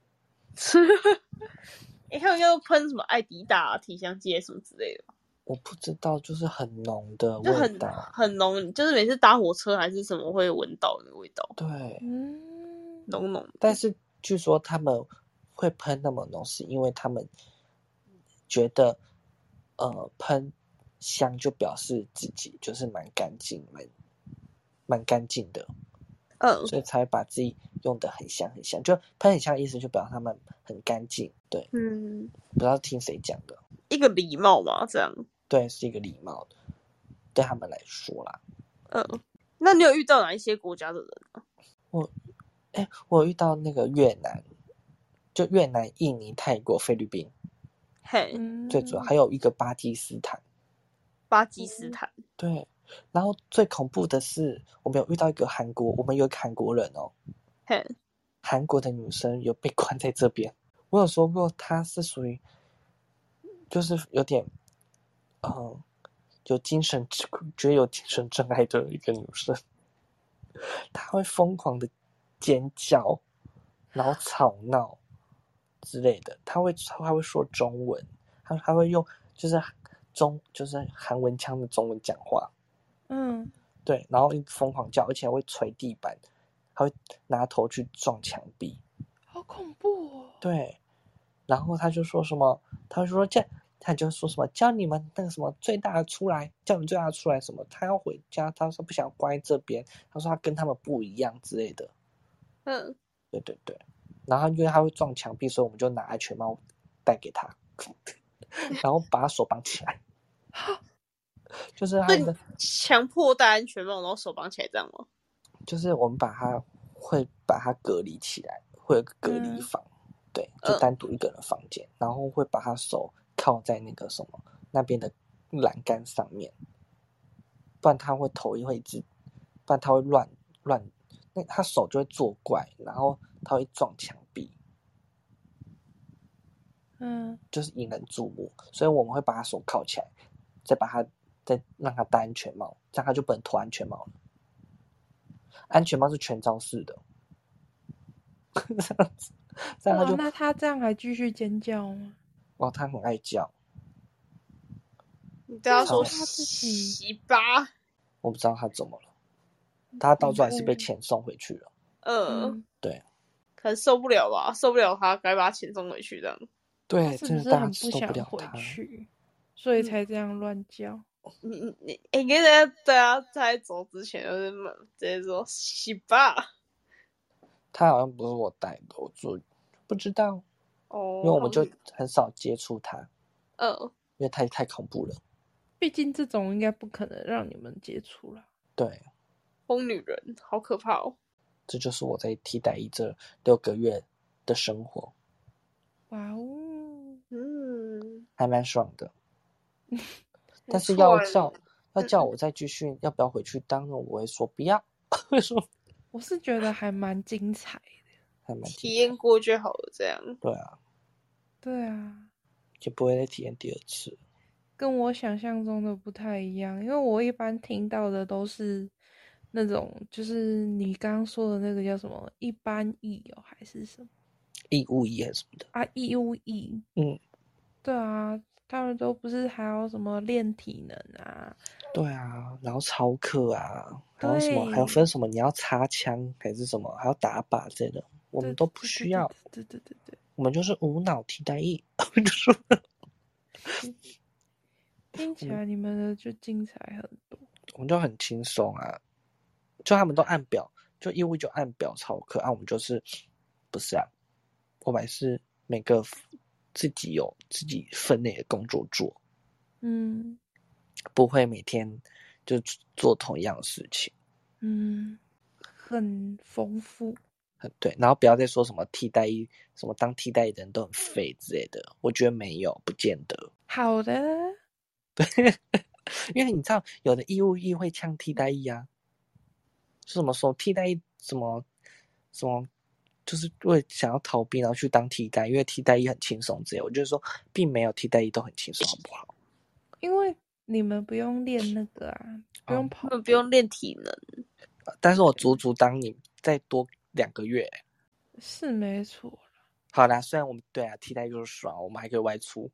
哎、欸，他们要喷什么艾迪达、啊、体香剂什么之类的？ 我不知道，就是很浓的味道，很浓，就是每次搭火车还是什么会闻到那个味道。 对， 嗯，浓浓。 但是据说他们会喷那么浓，是因为他们觉得，呃，喷香就表示自己就是蛮干净、蛮蛮干净的， 嗯， 所以才会把自己用的很香很香。就喷很香的意思，就表示他们很干净。对， 嗯， 不知道听谁讲的， 一个礼貌嘛，这样。 对，是一个礼貌的，对他们来说啦。 嗯，那你有遇到哪一些国家的人啊？ 我，哎，我遇到那个越南， 就越南、印尼、泰国、菲律宾， 嘿， 嗯最主要还有一个巴基斯坦。 巴基斯坦， 对，然后最恐怖的是，我们有遇到一个韩国，我们有一个韩国人哦， 嘿， 韩国的女生有被关在这边。我有说过，她是属于，就是有点，呃，有精神，觉得有精神障碍的一个女生，她会疯狂的尖叫，然后吵闹之类的。她会，她会说中文，她她会用就是中就是韩文腔的中文讲话。 嗯， 对，然后一直疯狂叫，而且会捶地板，还会拿头去撞墙壁。 好恐怖哦。 对，然后他就说什么，他就说叫，他就说什么叫你们那个什么最大的出来，叫你们最大的出来什么，他要回家，他说不想关在这边，他说他跟他们不一样之类的。 嗯， 对对对，然后因为他会撞墙壁，所以我们就拿安全帽戴给他，然后把他手绑起来，就是他的强迫戴安全帽，然后手绑起来这样吗？ 就是我们把他会把他隔离起来，会有个隔离房，嗯、对，就单独一个人房间，嗯、然后会把他手靠在那个什么那边的栏杆上面，不然他会头会一直，不然他会乱乱，那他手就会作怪，然后他会撞墙壁， 嗯， 就是引人注目，所以我们会把他手铐起来，再把他再让他戴安全帽，这样他就不能脱安全帽了。安全帽是全罩式的，这样子，这样他就那他这样还继续尖叫吗？ 哦，他很爱叫。 你对他说他自己洗吧， 我不知道他怎么了，他到最后还是被遣送回去了。 嗯， 嗯对， 可能受不了吧，受不了他，该把他遣送回去这样。 对， 是不是很不想回去，所以才这样乱叫？ 你你你，哎，你跟人家对啊，在走之前就是直接说洗吧。 他好像不是我带的，我就不知道哦， 因为我们就很少接触他， 嗯， 因为太太恐怖了。 毕竟这种应该不可能让你们接触了。 对， 疯女人好可怕哦。 这就是我在替代役这六个月的生活。 哇哦， 嗯， 还蛮爽的。但是要叫要叫我再继续，要不要回去当呢？我会说不要。会说， 我是觉得还蛮精彩的， 还蛮体验过就好了，这样。 对啊， 对啊， 就不会再体验第二次。 跟我想象中的不太一样，因为我一般听到的都是那种，就是你刚刚说的那个叫什么一般役哦，还是什么义务役还是什么的啊？义务役， 嗯， 对啊，他们都不是还要什么练体能啊？ 对啊，然后操课啊，还有什么，还要分什么，你要擦枪还是什么，还要打靶之类的，我们都不需要。 对对对对， 我们就是无脑替代役。就说听起来你们的就精彩很多。 我们就很轻松啊，就他们都按表，就义务就按表操课啊，我们就是不是啊，我们还是每个自己有自己分内的工作做， 嗯， 不会每天就做同样的事情， 嗯，很丰富， 对，然后不要再说什么替代役，什么当替代役的人都很废之类的，我觉得没有，不见得。 好的， 对，因为你知道有的义务役会呛替代役啊，是什么说替代役什么什么，就是为想要逃避然后去当替代，因为替代役很轻松之类，我就说并没有替代役都很轻松，好不好？ 因为你们不用练那个啊，不用跑， 他们不用练体能， 但是我足足当你再多两个月， 是没错。 好啦，虽然我们对啊替代就是爽，我们还可以外出，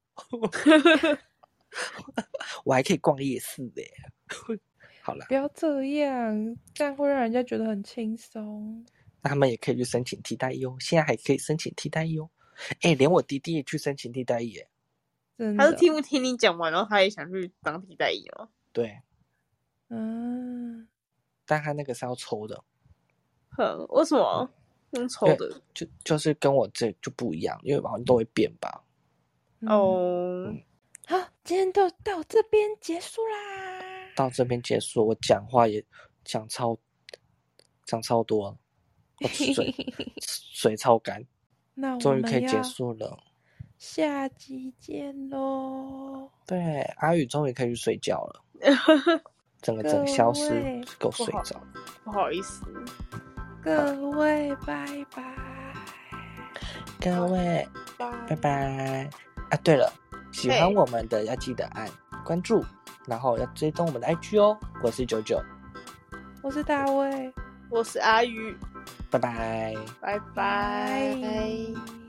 我还可以逛夜市的耶。好啦， 不要这样，这样会让人家觉得很轻松。 那他们也可以去申请替代役哦，现在还可以申请替代役哦。哎，连我弟弟也去申请替代役耶。 真的， 他是听不听你讲完，然后他也想去当替代役哦。 对， 嗯， 但他那个是要抽的。 哼，为什么用抽的？ 就就是跟我这就不一样，因为好像都会变吧。 哦、 嗯，好，今天就到这边结束啦。 到这边结束，我讲话也讲超讲超多，我水水超干。 那我终于可以结们要束了。 下集见喽！ 对，阿宇终于可以去睡觉了，整个整个消失，给我睡着。 不好意思， 各位拜拜， 各位拜拜啊！对了，喜欢我们的要记得按关注，然后要追踪我们的 I G 哦。我是九九， 我是大卫， 我是阿宇， 拜拜， 拜拜。